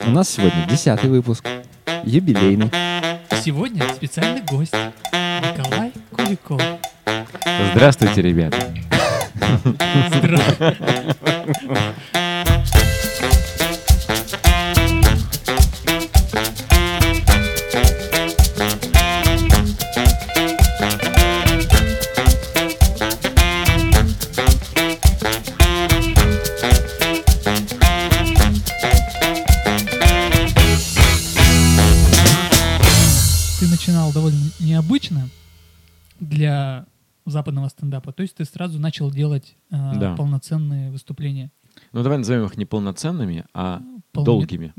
У нас сегодня 10-й выпуск, юбилейный. Сегодня специальный гость Николай Куликов. Здравствуйте, ребята. Ты начинал довольно необычно для западного стендапа. То есть ты сразу начал делать Да. полноценные выступления. Ну, давай назовем их не полноценными, а Полно- долгими.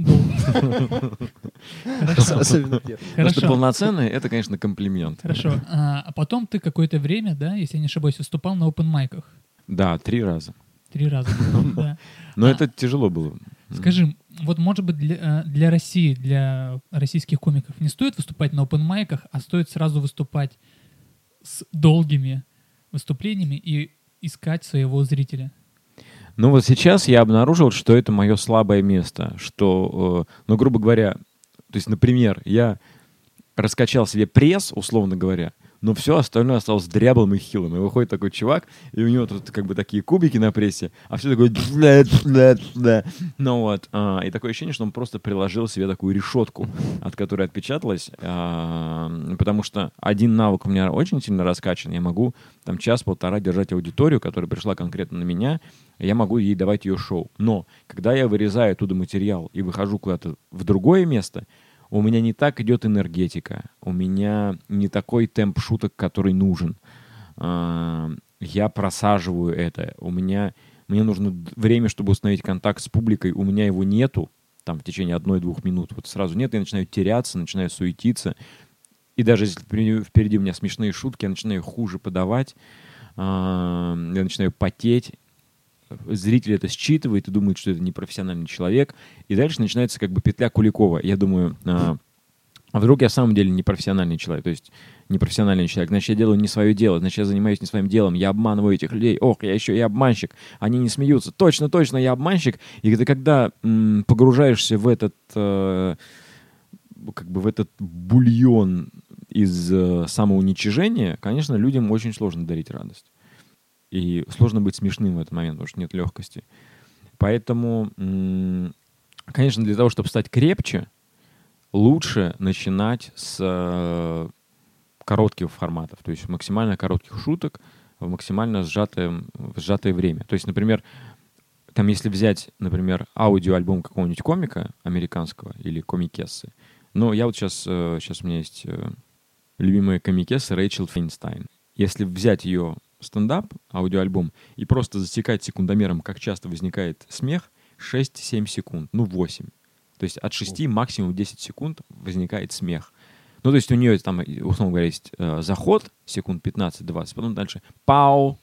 Хорошо. Особенно первый. Потому что Хорошо. полноценные — это, конечно, комплимент. Хорошо. А потом ты какое-то время, да, если я не ошибаюсь, выступал на опен-майках. Да, 3 раза. 3 раза. Да. Но это тяжело было. Скажи, вот может быть для России, для российских комиков не стоит выступать на опен-майках, а стоит сразу выступать с долгими выступлениями и искать своего зрителя? Ну вот сейчас я обнаружил, что это мое слабое место, что, ну, грубо говоря, то есть, например, я раскачал себе пресс, условно говоря, но все остальное осталось дряблым и хилым. И выходит такой чувак, и у него тут как бы такие кубики на прессе, а все такое... Ну вот. И такое ощущение, что он просто приложил себе такую решетку, от которой отпечаталось, потому что один навык у меня очень сильно раскачан. Я могу там час-полтора держать аудиторию, которая пришла конкретно на меня, и я могу ей давать ее шоу. Но когда я вырезаю оттуда материал и выхожу куда-то в другое место, у меня не так идет энергетика, у меня не такой темп шуток, который нужен. Я просаживаю это. Мне нужно время, чтобы установить контакт с публикой. У меня его нету там в течение 1-2 минут. Вот сразу нет, я начинаю теряться, начинаю суетиться. И даже если впереди у меня смешные шутки, я начинаю хуже подавать, я начинаю потеть. Зритель это считывает и думает, что это непрофессиональный человек. И дальше начинается как бы петля Куликова. Я думаю, а вдруг я в самом деле непрофессиональный человек, то есть непрофессиональный человек. Значит, я делаю не свое дело, значит, я занимаюсь не своим делом, я обманываю этих людей. Ох, я еще и обманщик. Они не смеются. Точно, я обманщик. И ты когда погружаешься в этот, как бы в этот бульон из самоуничижения, конечно, людям очень сложно дарить радость. И сложно быть смешным в этот момент, потому что нет легкости. Поэтому, конечно, для того, чтобы стать крепче, лучше начинать с коротких форматов, то есть максимально коротких шуток в максимально сжатое время. То есть, например, там, если взять, например, аудиоальбом какого-нибудь комика американского или комикессы, ну, я вот сейчас у меня есть любимая комикесса Рэйчел Фейнстайн. Если взять ее стендап, аудиоальбом, и просто засекать секундомером, как часто возникает смех, 6-7 секунд, 8. То есть от 6 максимум 10 секунд возникает смех. Ну, то есть у нее там, условно говоря, есть заход, секунд 15-20, потом дальше пау,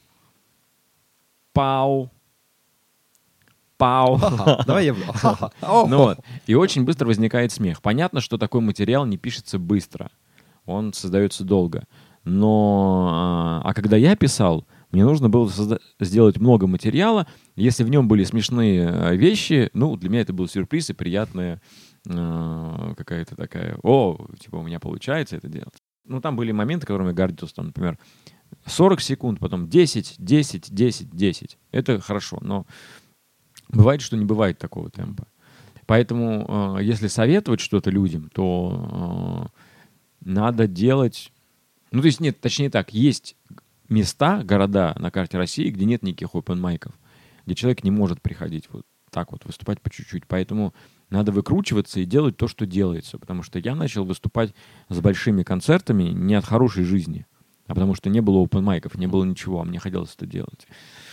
пау, пау. Давай я... Ну вот. И очень быстро возникает смех. Понятно, что такой материал не пишется быстро. Он создается долго. Но, когда я писал, мне нужно было сделать много материала. Если в нем были смешные вещи, ну, для меня это был сюрприз и приятная какая-то такая, типа у меня получается это делать. Ну, там были моменты, которыми я гордился, там, например, 40 секунд, потом 10, 10, 10, 10. Это хорошо, но бывает, что не бывает такого темпа. Поэтому, если советовать что-то людям, то надо делать... Ну, то есть, нет, точнее так, есть места, города на карте России, где нет никаких open-майков, где человек не может приходить вот так вот, выступать по чуть-чуть. Поэтому надо выкручиваться и делать то, что делается. Потому что я начал выступать с большими концертами не от хорошей жизни, а потому что не было open-майков, не было ничего, а мне хотелось это делать.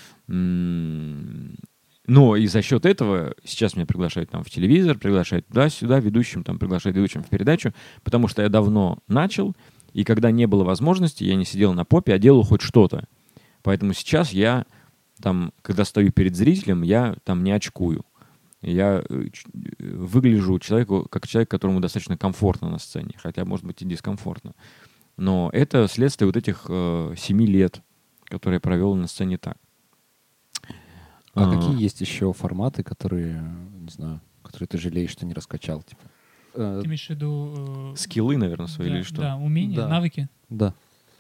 Но и за счет этого сейчас меня приглашают там в телевизор, приглашают туда-сюда, ведущим, там приглашают ведущим в передачу, потому что я давно начал, и когда не было возможности, я не сидел на попе, а делал хоть что-то. Поэтому сейчас я там, когда стою перед зрителем, я там не очкую. Я выгляжу как человек, которому достаточно комфортно на сцене, хотя, может быть, и дискомфортно. Но это следствие вот этих 7 лет, которые я провел на сцене так. А какие есть еще форматы, которые, не знаю, которые ты жалеешь, что не раскачал? Типа? Ты имеешь в виду... Скиллы, наверное, свои или что? Да, умения, Да. навыки. Да.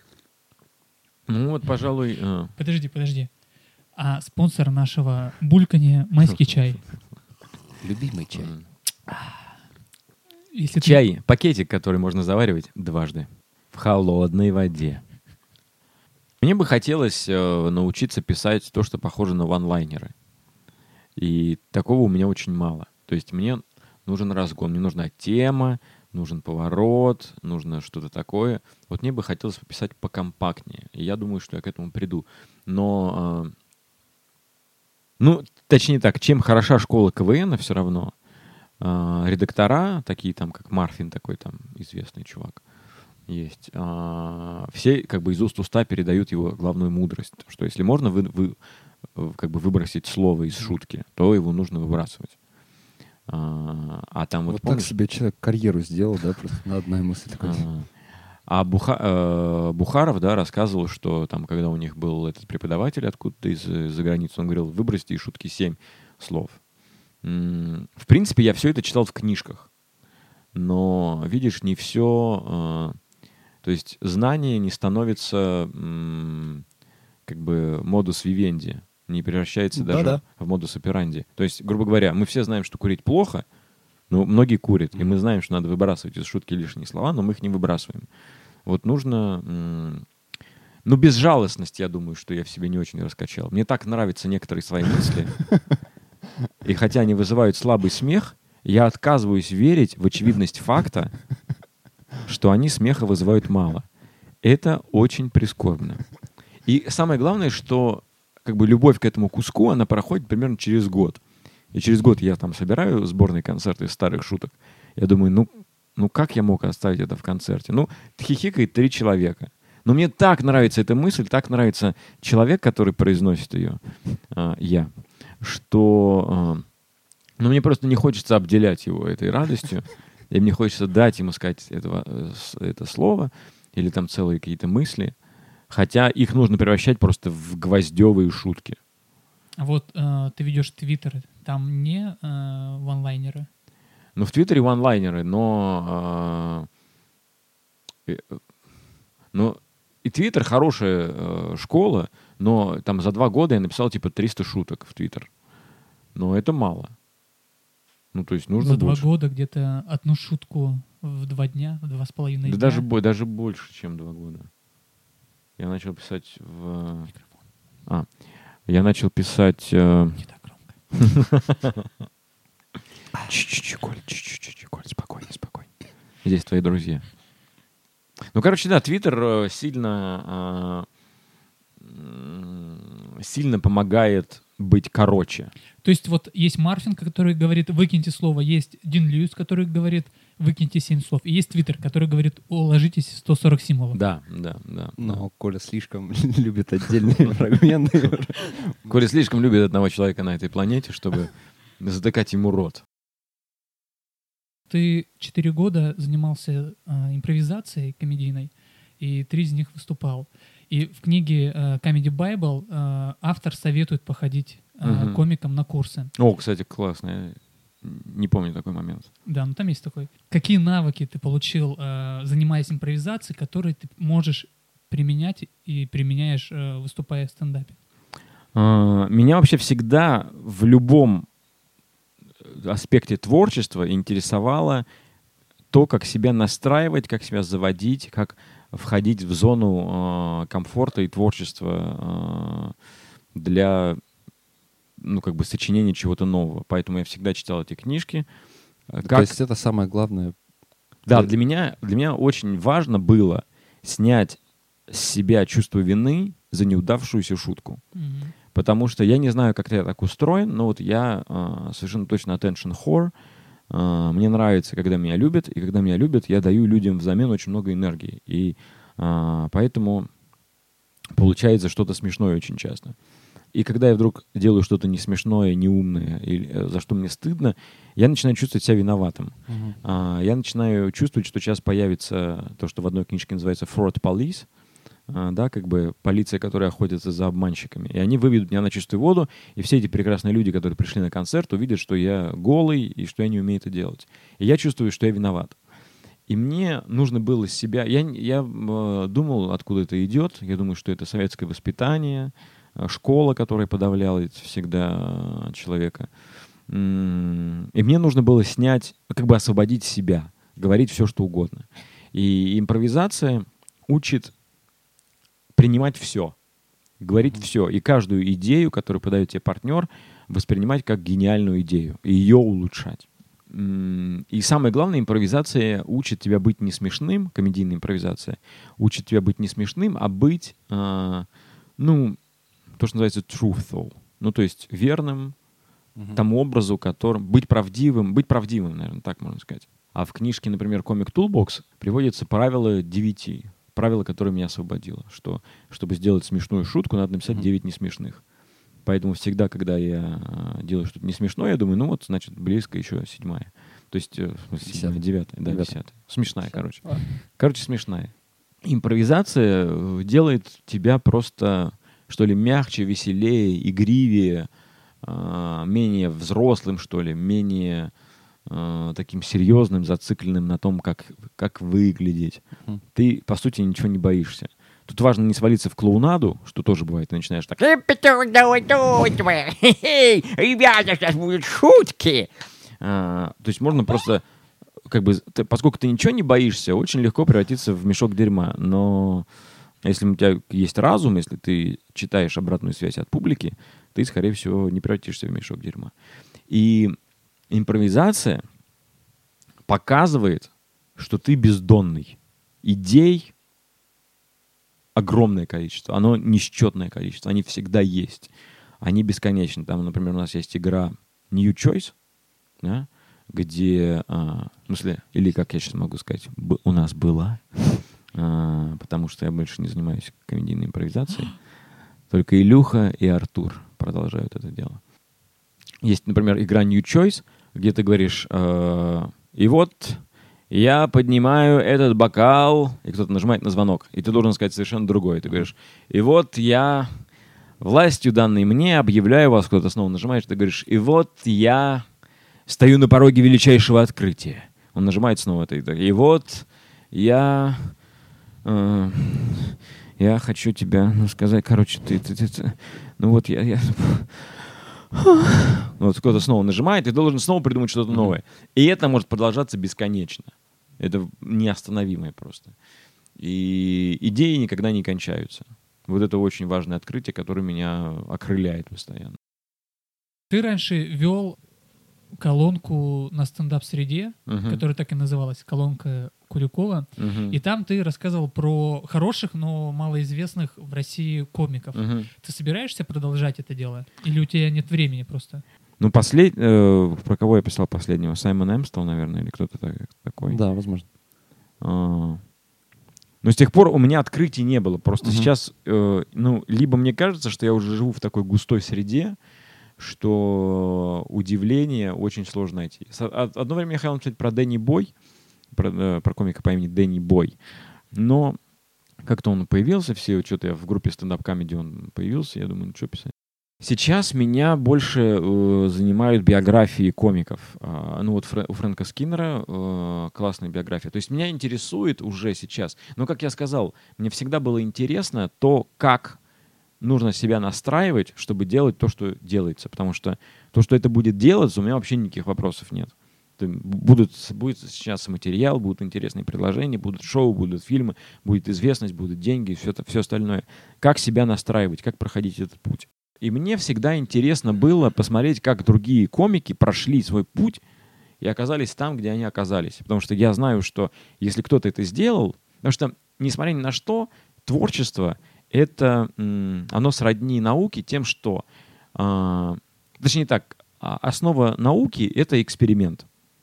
Ну вот, пожалуй... Подожди. А спонсор нашего булькания — майский чай. Любимый чай. Если ты- Чай, пакетик, который можно заваривать дважды в холодной воде. Мне бы хотелось научиться писать то, что похоже на ванлайнеры. И такого у меня очень мало. То есть мне нужен разгон, мне нужна тема, нужен поворот, нужно что-то такое. Вот мне бы хотелось пописать покомпактнее. И я думаю, что я к этому приду. Но, точнее так, чем хороша школа КВН, все равно, редактора, такие там, как Марфин, такой там известный чувак, есть, все как бы из уст в уста передают его главную мудрость, что если можно как бы выбросить слово из шутки, то его нужно выбрасывать. А там вот Вот помнишь, так себе человек карьеру сделал, да, просто на одной мысли такой. Бухаров, да, рассказывал, что там, когда у них был этот преподаватель откуда-то из-за границы, он говорил, выбросьте из шутки 7 слов. В принципе, я все это читал в книжках. Но, видишь, не все... То есть знание не становится как бы модус вивенди, не превращается даже в модус операнди. То есть, грубо говоря, мы все знаем, что курить плохо, но многие курят, и мы знаем, что надо выбрасывать из шутки лишние слова, но мы их не выбрасываем. Вот нужно... безжалостность, я думаю, что я в себе не очень раскачал. Мне так нравятся некоторые свои мысли. И хотя они вызывают слабый смех, я отказываюсь верить в очевидность факта, что они смеха вызывают мало. Это очень прискорбно. И самое главное, что как бы любовь к этому куску, она проходит примерно через год. И через год я там собираю сборные концерты из старых шуток. Я думаю, как я мог оставить это в концерте? Хихикает 3 человека. Но мне так нравится эта мысль, так нравится человек, который произносит ее, что мне просто не хочется обделять его этой радостью, и мне хочется дать ему сказать это слово или там целые какие-то мысли, хотя их нужно превращать просто в гвоздевые шутки. А вот ты ведешь Твиттер, там не ванлайнеры? В Твиттере ванлайнеры, но и Твиттер хорошая школа, но там за 2 года я написал типа 300 шуток в Твиттер. Но это мало. То есть нужно За 2 больше. года где-то одну шутку в 2 дня, в 2,5 дня. Даже больше, чем 2 года. Я начал писать Я начал писать... Не так громко. Коль, спокойно. Здесь твои друзья. Да, Твиттер сильно помогает быть короче. То есть вот есть Марфин, который говорит «выкиньте слово», есть Дин Льюис, который говорит «выкиньте 7 слов», и есть Твиттер, который говорит «уложитесь в 140 символов». Да. Но Коля слишком любит отдельные фрагменты. Коля слишком любит одного человека на этой планете, чтобы затыкать ему рот. Ты 4 года занимался импровизацией комедийной, и 3 из них выступал. И в книге Comedy Bible автор советует походить комикам на курсы. О, кстати, классно. Я не помню такой момент. Да, там есть такой. Какие навыки ты получил, занимаясь импровизацией, которые ты можешь применять и применяешь, выступая в стендапе? Меня вообще всегда в любом аспекте творчества интересовало то, как себя настраивать, как себя заводить, как входить в зону комфорта и творчества для сочинения чего-то нового. Поэтому я всегда читал эти книжки. То есть это самое главное? Да, для меня очень важно было снять с себя чувство вины за неудавшуюся шутку. Mm-hmm. Потому что я не знаю, как я так устроен, но вот я совершенно точно attention whore. Мне нравится, когда меня любят, и когда меня любят, я даю людям взамен очень много энергии. И поэтому получается что-то смешное очень часто. И когда я вдруг делаю что-то не смешное, не умное, или за что мне стыдно, я начинаю чувствовать себя виноватым. Я начинаю чувствовать, что сейчас появится то, что в одной книжке называется fraud police, да, как бы полиция, которая охотится за обманщиками. И они выведут меня на чистую воду, и все эти прекрасные люди, которые пришли на концерт, увидят, что я голый и что я не умею это делать. И я чувствую, что я виноват. И мне нужно было себя... Я думал, откуда это идет. Я думаю, что это советское воспитание, школа, которая подавляла всегда человека. И мне нужно было снять, как бы освободить себя, говорить все, что угодно. И импровизация учит принимать все, говорить все. И каждую идею, которую подает тебе партнер, воспринимать как гениальную идею и ее улучшать. И самое главное, импровизация учит тебя быть не смешным, комедийная импровизация учит тебя быть не смешным, а быть, то, что называется truthful. Ну, то есть верным тому образу, которым... Быть правдивым, наверное, так можно сказать. А в книжке, например, «Comic Toolbox» приводится правило 9. Правило, которое меня освободило. Что, чтобы сделать смешную шутку, надо написать 9 несмешных. Поэтому всегда, когда я делаю что-то не смешное, я думаю, значит, близко еще 7. То есть, 9, да, 10. Смешная, короче. Короче, смешная. Импровизация делает тебя просто, что ли, мягче, веселее, игривее, менее взрослым, что ли, менее таким серьезным, зацикленным на том, как выглядеть. Ты, по сути, ничего не боишься. Тут важно не свалиться в клоунаду, что тоже бывает. Ты начинаешь так... Ребята, сейчас будут шутки! То есть можно просто... поскольку ты ничего не боишься, очень легко превратиться в мешок дерьма. Но если у тебя есть разум, если ты читаешь обратную связь от публики, ты, скорее всего, не превратишься в мешок дерьма. И импровизация показывает, что ты бездонный. Идей огромное количество, оно несчетное количество, они всегда есть, они бесконечны. Там, например, у нас есть игра New Choice, да, где, в смысле, или как я сейчас могу сказать, у нас была, потому что я больше не занимаюсь комедийной импровизацией, только Илюха и Артур продолжают это дело. Есть, например, игра New Choice, где ты говоришь, и вот... Я поднимаю этот бокал, и кто-то нажимает на звонок, и ты должен сказать совершенно другое. Ты говоришь, и вот я, властью данной мне, объявляю вас, кто-то снова нажимаешь, ты говоришь, и вот я стою на пороге величайшего открытия. Он нажимает снова, и вот я хочу тебя, сказать, короче, ты вот я... Вот кто-то снова нажимает, и ты должен снова придумать что-то новое. И это может продолжаться бесконечно. Это неостановимое просто. И идеи никогда не кончаются. Вот это очень важное открытие, которое меня окрыляет постоянно. Ты раньше вел колонку на стендап-среде, которая так и называлась, колонка Куликова, и там ты рассказывал про хороших, но малоизвестных в России комиков. Ты собираешься продолжать это дело? Или у тебя нет времени просто? Про кого я писал последнего? Саймон Эмстел, наверное, или кто-то такой? Да, возможно. Но с тех пор у меня открытий не было. Просто сейчас, либо мне кажется, что я уже живу в такой густой среде, что удивление очень сложно найти. Одно время я хотел написать про Дэнни Бой, про комика по имени Дэнни Бой, но как-то он появился, что-то я в группе стендап-комеди он появился, я думаю, что писать. Сейчас меня больше занимают биографии комиков. У Фрэнка Скиннера классная биография. То есть меня интересует уже сейчас, но, как я сказал, мне всегда было интересно то, как нужно себя настраивать, чтобы делать то, что делается. Потому что то, что это будет делаться, у меня вообще никаких вопросов нет. Будет сейчас материал, будут интересные предложения, будут шоу, будут фильмы, будет известность, будут деньги, все остальное. Как себя настраивать, как проходить этот путь. И мне всегда интересно было посмотреть, как другие комики прошли свой путь и оказались там, где они оказались. Потому что я знаю, что если кто-то это сделал... Потому что, несмотря ни на что, творчество — это... Оно сродни науке тем, что... Точнее так, основа науки — это эксперимент.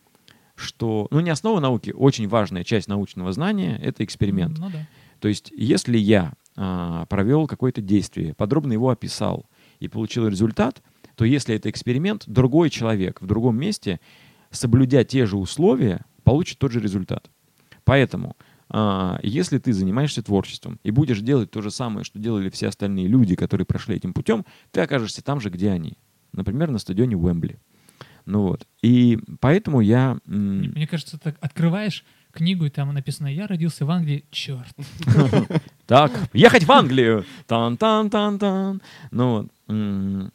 Не основа науки, очень важная часть научного знания — это эксперимент. Ну, да. То есть если я провел какое-то действие, подробно его описал, и получил результат, то если это эксперимент, другой человек в другом месте, соблюдя те же условия, получит тот же результат. Поэтому Если ты занимаешься творчеством и будешь делать то же самое, что делали все остальные люди, которые прошли этим путем, ты окажешься там же, где они. Например, на стадионе Уэмбли. Ну вот. И поэтому я... Мне кажется, так открываешь книгу, и там написано «Я родился в Англии». Черт. Так, ехать в Англию! Тан-тан-тан-тан. Ну вот.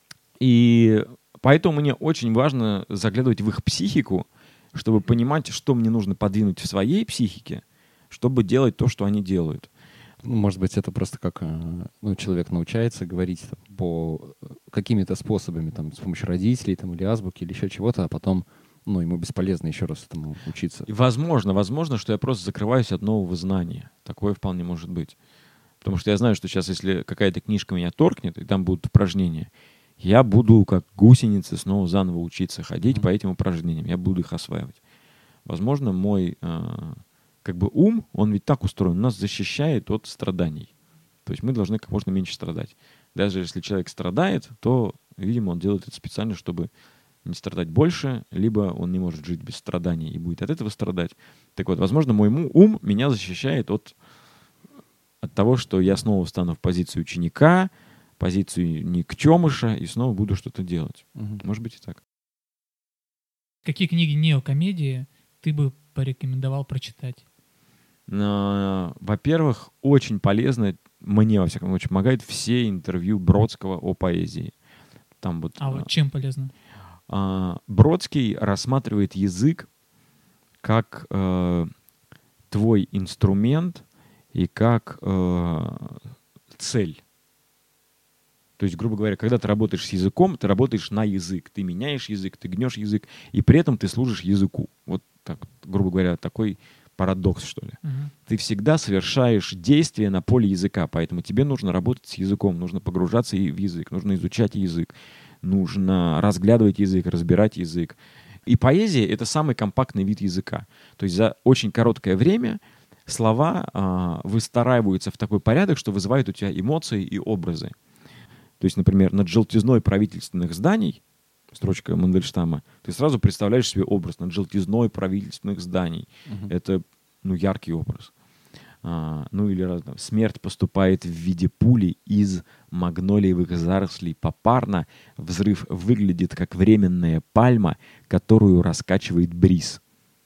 И поэтому мне очень важно заглядывать в их психику, чтобы понимать, что мне нужно подвинуть в своей психике, чтобы делать то, что они делают. Ну, может быть, это просто как человек научается говорить там, по какими-то способами, там, с помощью родителей там, или азбуки, или еще чего-то, а потом ему бесполезно еще раз этому учиться. И возможно, что я просто закрываюсь от нового знания. Такое вполне может быть. Потому что я знаю, что сейчас, если какая-то книжка меня торкнет, и там будут упражнения, я буду, как гусеницы, снова заново учиться ходить по этим упражнениям. Я буду их осваивать. Возможно, мой ум, он ведь так устроен, нас защищает от страданий. То есть мы должны как можно меньше страдать. Даже если человек страдает, то, видимо, он делает это специально, чтобы не страдать больше, либо он не может жить без страданий и будет от этого страдать. Так вот, возможно, мой ум меня защищает от того, что я снова встану в позицию ученика, позицию никчемыша и снова буду что-то делать. Может быть и так. Какие книги неокомедии ты бы порекомендовал прочитать? Во-первых, очень полезно, мне, во всяком случае, помогает все интервью Бродского о поэзии. Там вот, вот чем полезно? Бродский рассматривает язык как твой инструмент и как цель. То есть, грубо говоря, когда ты работаешь с языком, ты работаешь на язык. Ты меняешь язык, ты гнешь язык, и при этом ты служишь языку. Вот так, грубо говоря, такой парадокс, что ли. Ты всегда совершаешь действия на поле языка, поэтому тебе нужно работать с языком, нужно погружаться в язык, нужно изучать язык, нужно разглядывать язык, разбирать язык. И поэзия — это самый компактный вид языка. То есть за очень короткое время слова выстраиваются в такой порядок, что вызывают у тебя эмоции и образы. То есть, например, над желтизной правительственных зданий, строчка Мандельштама, ты сразу представляешь себе образ над желтизной правительственных зданий. Это, яркий образ. Или смерть поступает в виде пули из магнолиевых зарослей попарно. Взрыв выглядит как временная пальма, которую раскачивает бриз.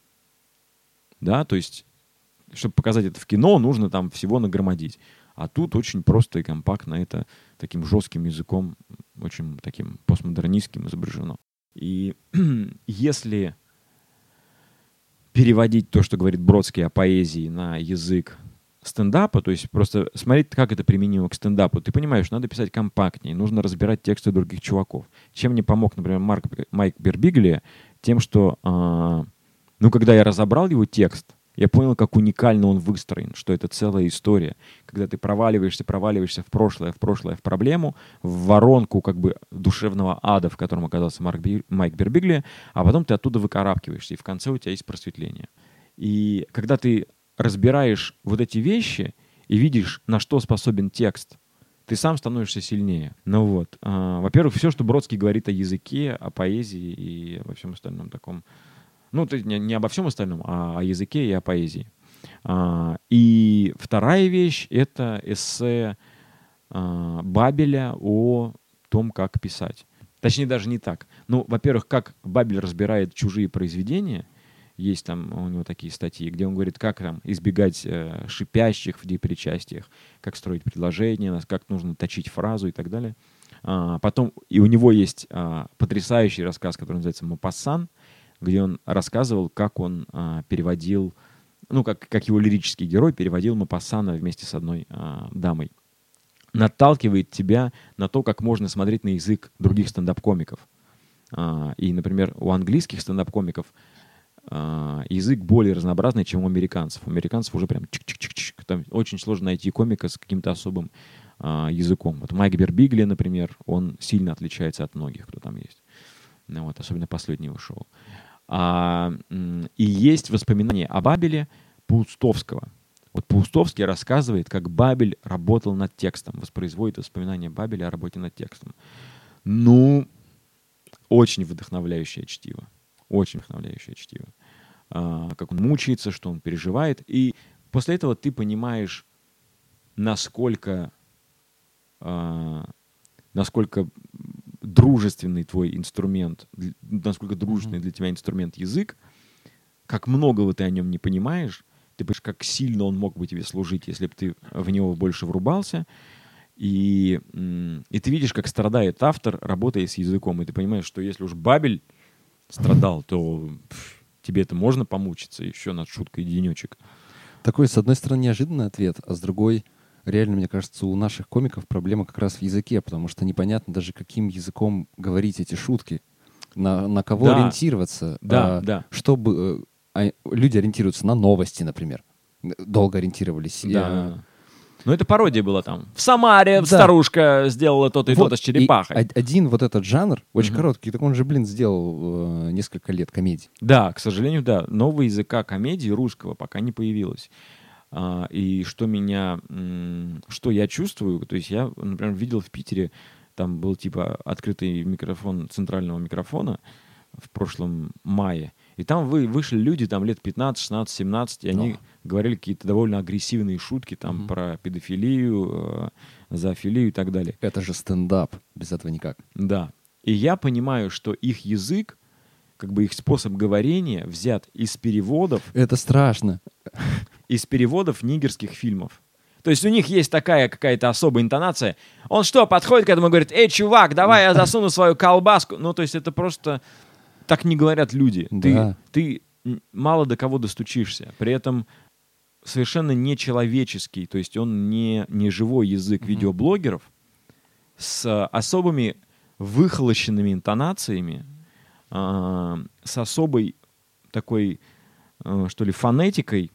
Да, то есть, чтобы показать это в кино, нужно там всего нагромадить. А тут очень просто и компактно это таким жестким языком, очень таким постмодернистским изображено. И если переводить то, что говорит Бродский о поэзии, на язык стендапа, то есть просто смотреть, как это применимо к стендапу, ты понимаешь, что надо писать компактнее, нужно разбирать тексты других чуваков. Чем мне помог, например, Майк Бирбигли? Тем, что, когда я разобрал его текст, я понял, как уникально он выстроен, что это целая история. Когда ты проваливаешься в прошлое, в проблему, в воронку душевного ада, в котором оказался Майк Бирбигли, а потом ты оттуда выкарабкиваешься, и в конце у тебя есть просветление. И когда ты разбираешь вот эти вещи и видишь, на что способен текст, ты сам становишься сильнее. Во-первых, все, что Бродский говорит о языке, о поэзии и обо всем остальном таком. Не обо всем остальном, а о языке и о поэзии. И вторая вещь — это эссе Бабеля о том, как писать. Точнее, даже не так. Во-первых, как Бабель разбирает чужие произведения. Есть там у него такие статьи, где он говорит, как избегать шипящих в причастиях, как строить предложения, как нужно точить фразу и так далее. Потом и у него есть потрясающий рассказ, который называется «Мопассан», где он рассказывал, как он переводил, как его лирический герой переводил Мопассана вместе с одной дамой. Наталкивает тебя на то, как можно смотреть на язык других стендап-комиков. И, например, у английских стендап-комиков язык более разнообразный, чем у американцев. У американцев уже прям чик-чик-чик-чик. Там очень сложно найти комика с каким-то особым языком. Вот Майк Бирбигли, например, он сильно отличается от многих, кто там есть. Особенно последнего шоу. И есть воспоминания о Бабеле Паустовского. Паустовский рассказывает, как Бабель работал над текстом, воспроизводит воспоминания Бабеля о работе над текстом. Очень вдохновляющее чтиво. Очень вдохновляющее чтиво. Как он мучается, что он переживает. И после этого ты понимаешь, насколько дружественный твой инструмент, насколько дружественный для тебя инструмент язык, как многого ты о нем не понимаешь, ты понимаешь, как сильно он мог бы тебе служить, если бы ты в него больше врубался, и ты видишь, как страдает автор, работая с языком, и ты понимаешь, что если уж Бабель страдал, то тебе это можно помучиться еще над шуткой денечек. Такой, с одной стороны, неожиданный ответ, а с другой, реально, мне кажется, у наших комиков проблема как раз в языке, потому что непонятно даже, каким языком говорить эти шутки, на кого ориентироваться. Да. Чтобы люди ориентируются на новости, например. Долго ориентировались. Да. Ну, это пародия была там. В Самаре старушка сделала то-то и то-то с черепахой. Один вот этот жанр, очень короткий, так он же, сделал несколько лет комедий. Да, к сожалению, да. Нового языка комедии русского пока не появилось. И что я чувствую, то есть я, например, видел в Питере, там был типа открытый микрофон центрального микрофона в прошлом мае, и там вышли люди там лет 15, 16, 17, и они говорили какие-то довольно агрессивные шутки там про педофилию, зоофилию и так далее. Это же стендап, без этого никак. Да. И я понимаю, что их язык, как бы их способ говорения взят из переводов. Это страшно. Из переводов нигерских фильмов. То есть у них есть такая какая-то особая интонация. Он что, подходит к этому и говорит: «Эй, чувак, давай я засуну свою колбаску». Ну, то есть это просто... Так не говорят люди. Да. Ты мало до кого достучишься. При этом совершенно нечеловеческий, то есть он не живой язык видеоблогеров с особыми выхолощенными интонациями, с особой такой, что ли, фонетикой,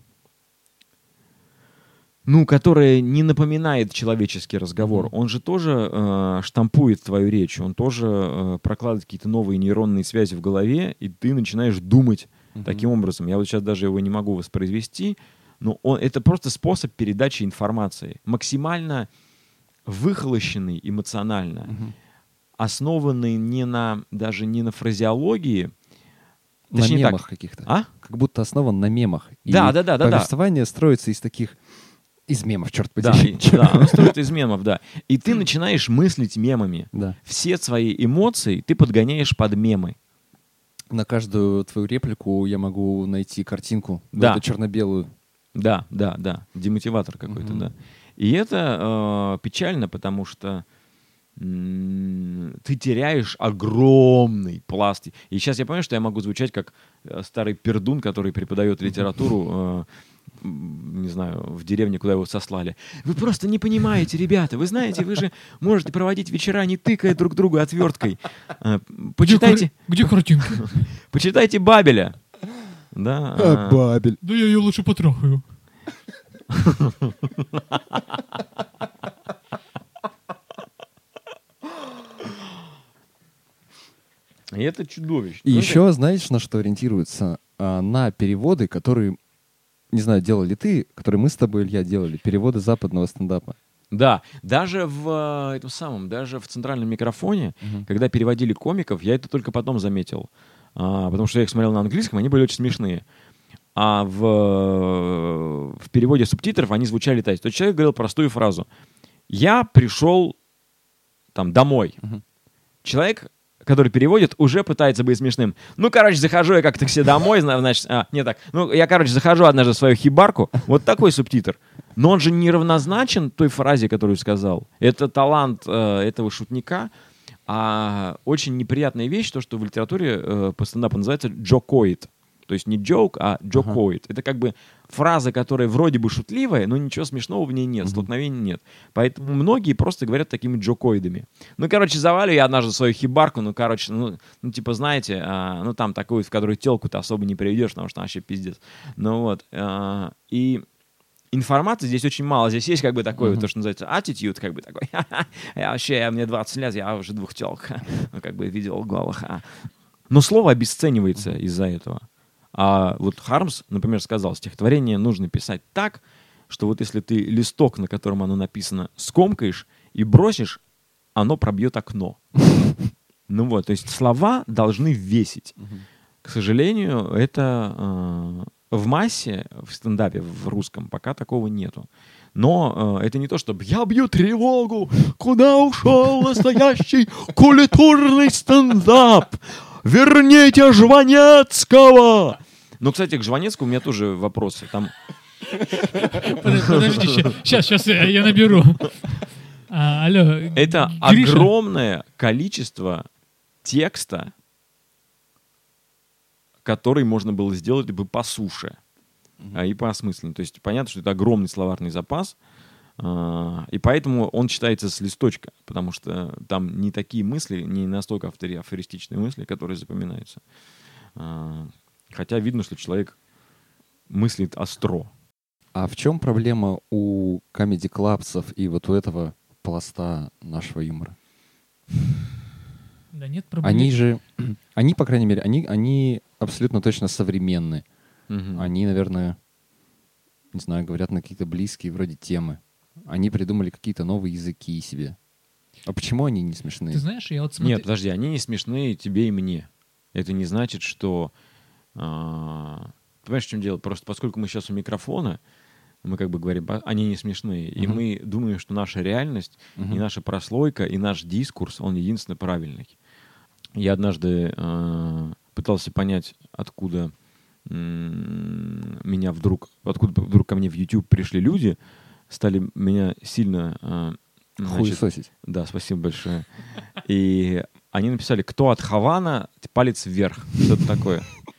которая не напоминает человеческий разговор. Он же тоже штампует твою речь, он тоже прокладывает какие-то новые нейронные связи в голове, и ты начинаешь думать таким образом. Я вот сейчас даже его не могу воспроизвести, но это просто способ передачи информации. Максимально выхолощенный эмоционально, основанный даже не на фразеологии, на мемах каких-то. Как будто основан на мемах. Да. Повествование строится из мемов, черт подери. Да, оно строится из мемов, да. И ты начинаешь мыслить мемами. Да. Все свои эмоции ты подгоняешь под мемы. На каждую твою реплику я могу найти картинку, черно-белую. Да. Демотиватор какой-то, да. И это печально, потому что ты теряешь огромный пласт. И сейчас я понимаю, что я могу звучать как старый пердун, который преподает литературу, не знаю, в деревне, куда его сослали. Вы просто не понимаете, ребята. Вы знаете, вы же можете проводить вечера, не тыкая друг другу отверткой. Почитайте... Где картинка? Почитайте Бабеля. Да. Бабель. Да я ее лучше потрахаю. И это чудовищно. И еще, знаешь, на что ориентируются? На переводы, которые, не знаю, делал ли ты, которые мы с тобой, Илья, делали, переводы западного стендапа. Да, даже в центральном микрофоне, когда переводили комиков, я это только потом заметил. Потому что я их смотрел на английском, они были очень смешные. А в переводе субтитров они звучали так. То есть человек говорил простую фразу: «Я пришел домой». Человек, который переводит, уже пытается быть смешным. Захожу я как-то к себе домой, значит... захожу однажды в свою хибарку. Вот такой субтитр. Но он же не равнозначен той фразе, которую сказал. Это талант этого шутника. А очень неприятная вещь, то, что в литературе по стендапу называется «джокоид». То есть не joke, а джокоид. Это как бы фраза, которая вроде бы шутливая, но ничего смешного в ней нет, столкновений нет. Поэтому многие просто говорят такими джокоидами. Завалю я однажды свою хибарку, знаете, там такую, в которой телку-то особо не приведешь, потому что вообще пиздец. И информации здесь очень мало. Здесь есть как бы такой, то, что называется attitude, как бы такой. Мне 20 лет, я уже 2 телок, видел голых. Но слово обесценивается из-за этого. А вот Хармс, например, сказал, стихотворение нужно писать так, что вот если ты листок, на котором оно написано, скомкаешь и бросишь, оно пробьет окно. То есть слова должны весить. К сожалению, это в массе, в стендапе, в русском, пока такого нету. Но это не то, чтобы «я бью тревогу, куда ушел настоящий культурный стендап? Верните Жванецкого!» Ну, кстати, к Жванецкому у меня тоже вопросы. Там... Подожди, сейчас я наберу. Алло, Это Гриша. огромное количество текста, который можно было сделать бы по суше и по осмыслению. То есть понятно, что это огромный словарный запас, и поэтому он читается с листочка, потому что там не такие мысли, не настолько афористичные мысли, которые запоминаются. Хотя видно, что человек мыслит остро. А в чем проблема у комеди-клабсов и вот у этого пласта нашего юмора? Да нет проблем. Они, по крайней мере, они абсолютно точно современны. Мгм. Они, наверное, не знаю, говорят на какие-то близкие вроде темы. Они придумали какие-то новые языки себе. А почему они не смешные? Ты знаешь, я вот смотрю... Нет, подожди, они не смешные тебе и мне. Это не значит, что... Понимаешь, в чем дело? Просто поскольку мы сейчас у микрофона, мы как бы говорим, они не смешные. И Мгм. мы думаем, что наша реальность, и наша прослойка, и наш дискурс, он единственно правильный. Я однажды пытался понять, откуда вдруг ко мне в YouTube пришли люди, стали меня сильно... Хуесосить. Да, спасибо большое. И они написали, кто от Хавана, палец вверх. Что-то такое.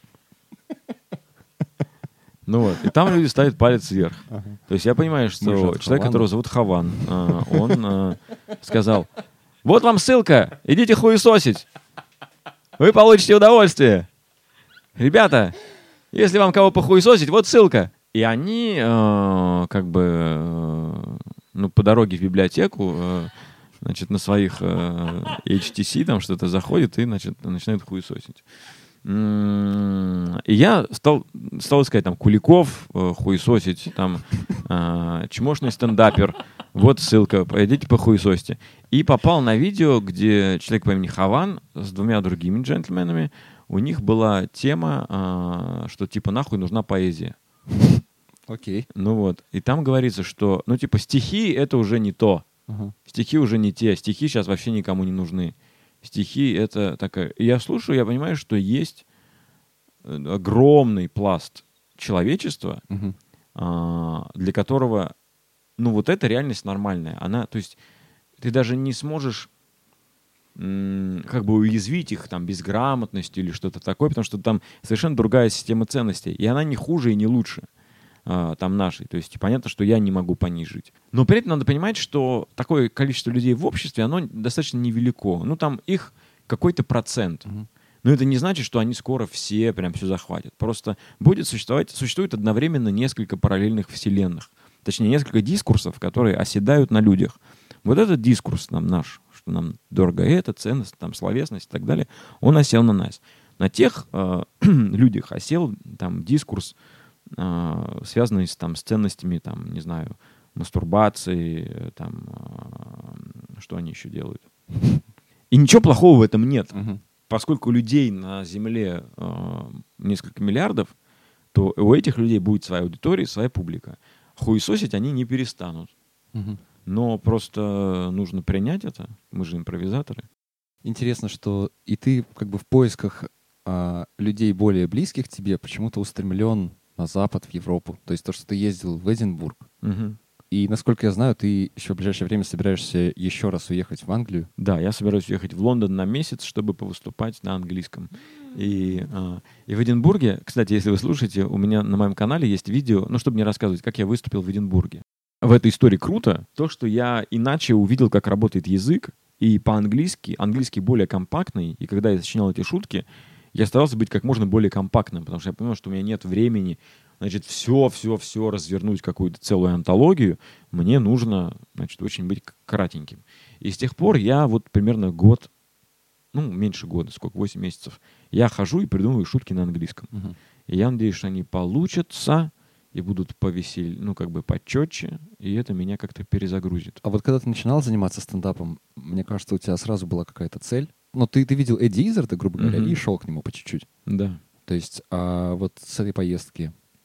Ну вот, и там люди ставят палец вверх. Ага. То есть я понимаю, Мы же что от человек, Хавана. которого зовут Хаван, он сказал, вот вам ссылка, идите хуесосить. Вы получите удовольствие. Ребята, если вам кого похуесосить, вот ссылка. И они по дороге в библиотеку, значит, на своих HTC там что-то заходят и, значит, начинают хуесосить. И я стал искать там Куликов, хуесосить, там чмошный стендапер, вот ссылка, пойдите похуесосьте. И попал на видео, где человек по имени Хаван с двумя другими джентльменами, у них была тема, что типа нахуй нужна поэзия. Окей. Ну вот, и там говорится, что, ну типа стихи это уже не то, Ага. стихи уже не те, стихи сейчас вообще никому не нужны. Стихи — это такая... И я слушаю, я понимаю, что есть огромный пласт человечества, Мгм. для которого, ну, вот эта реальность нормальная. Она, то есть, ты даже не сможешь как бы уязвить их там безграмотностью или что-то такое, потому что там совершенно другая система ценностей. И она не хуже и не лучше там нашей. То есть понятно, что я не могу по ней жить. Но при этом надо понимать, что такое количество людей в обществе, оно достаточно невелико. Ну, там их какой-то процент. Мгм. Но это не значит, что они скоро все прям все захватят. Просто существует одновременно несколько параллельных вселенных. Точнее, несколько дискурсов, которые оседают на людях. Вот этот дискурс нам наш, что нам дорого это, ценность, там, словесность и так далее, он осел на нас. На тех людях осел там дискурс, связанный с ценностями, там, не знаю, мастурбации, там, что они еще делают. И ничего плохого в этом нет. Мгм. Поскольку людей на Земле несколько миллиардов, то у этих людей будет своя аудитория, своя публика. Хуесосить они не перестанут. Мгм. Но просто нужно принять это. Мы же импровизаторы. Интересно, что и ты как бы в поисках людей более близких тебе почему-то устремлен на Запад, в Европу. То есть то, что ты ездил в Эдинбург. Мгм. И, насколько я знаю, ты еще в ближайшее время собираешься еще раз уехать в Англию. Да, я собираюсь уехать в Лондон на месяц, чтобы повыступать на английском. И в Эдинбурге, кстати, если вы слушаете, у меня на моем канале есть видео, ну, чтобы не рассказывать, как я выступил в Эдинбурге. В этой истории круто то, что я иначе увидел, как работает язык, и по-английски, английский более компактный, и когда я сочинял эти шутки, я старался быть как можно более компактным, потому что я понимал, что у меня нет времени, значит, все развернуть, какую-то целую антологию. Мне нужно, значит, очень быть кратеньким. И с тех пор я вот примерно год, ну, меньше года, 8 месяцев, я хожу и придумываю шутки на английском. Мгм. И я надеюсь, что они получатся и будут повеселее, ну, как бы почетче, и это меня как-то перезагрузит. А вот когда ты начинал заниматься стендапом, мне кажется, у тебя сразу была какая-то цель. Ну, ты видел Эдди Иззарда, грубо говоря, Мгм. и шел к нему по чуть-чуть. Да. То есть, а вот с этой поездки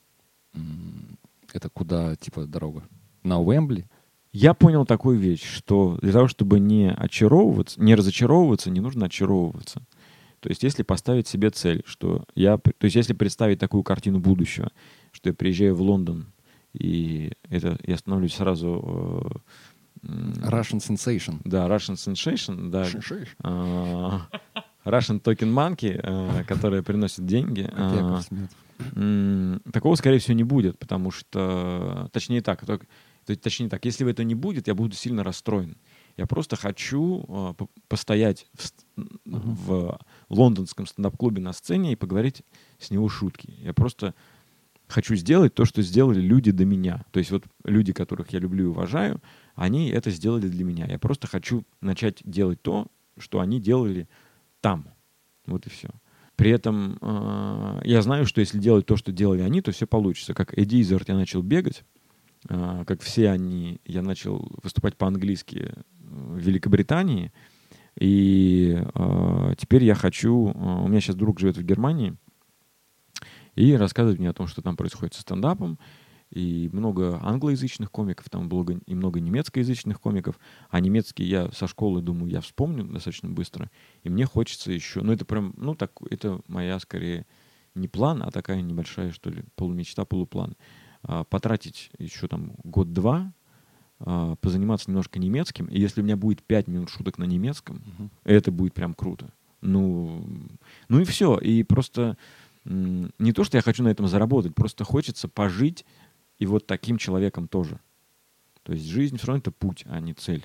Это куда, типа, дорога? На Уэмбли? Я понял такую вещь, что для того, чтобы не очаровываться, не разочаровываться, не нужно очаровываться. То есть если поставить себе цель, что то есть если представить такую картину будущего, что я приезжаю в Лондон, и я становлюсь сразу... Russian Sensation. Да, Russian Sensation, да. Sensation. Russian Token Monkey, которые приносят деньги. Яков Смит. Такого, скорее всего, не будет, потому что... Точнее так, если этого не будет, я буду сильно расстроен. Я просто хочу постоять в лондонском стендап-клубе на сцене и поговорить с него шутки. Я просто хочу сделать то, что сделали люди до меня. То есть вот люди, которых я люблю и уважаю, они это сделали для меня. Я просто хочу начать делать то, что они делали там. Вот и все. При этом я знаю, что если делать то, что делали они, то все получится. Как Эдди Иззард я начал бегать, как все они, я начал выступать по-английски в Великобритании, и теперь я хочу... у меня сейчас друг живет в Германии, и рассказывает мне о том, что там происходит со стендапом, и много англоязычных комиков, там и много немецкоязычных комиков, а немецкий я со школы, думаю, я вспомню достаточно быстро, и мне хочется еще... это прям, это моя, скорее, не план, а такая небольшая, что ли, полумечта, полуплан. Потратить еще там год-два, позаниматься немножко немецким, и если у меня будет 5 минут шуток на немецком, это будет прям круто. И все. И просто не то, что я хочу на этом заработать, просто хочется пожить и вот таким человеком тоже. То есть жизнь все равно это путь, а не цель.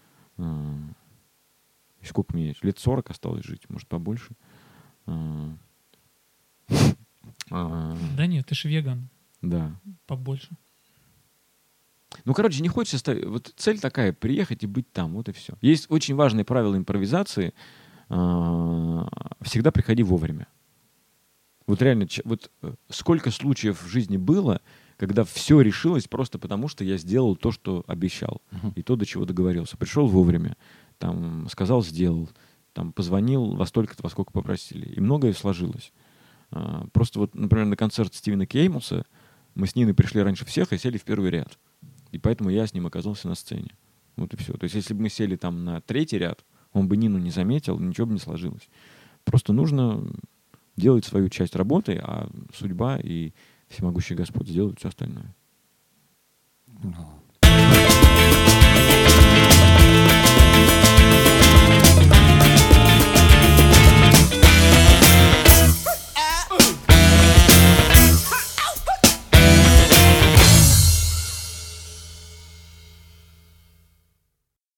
Сколько мне? Лет 40 осталось жить, может, побольше. Да нет, ты ж веган. Да. Побольше. Не хочется ставить... Вот цель такая — приехать и быть там, вот и все. Есть очень важные правила импровизации. Всегда приходи вовремя. Вот реально, сколько случаев в жизни было, когда все решилось просто потому, что я сделал то, что обещал, и то, до чего договорился. Пришел вовремя, там, сказал, сделал, там, позвонил во столько-то, во сколько попросили. И многое сложилось. Просто вот, например, на концерт Стивена Кеймуса мы с Ниной пришли раньше всех и сели в первый ряд. И поэтому я с ним оказался на сцене. Вот и все. То есть если бы мы сели там на третий ряд, он бы Нину не заметил, ничего бы не сложилось. Просто нужно делать свою часть работы, а судьба и всемогущий Господь сделают все остальное.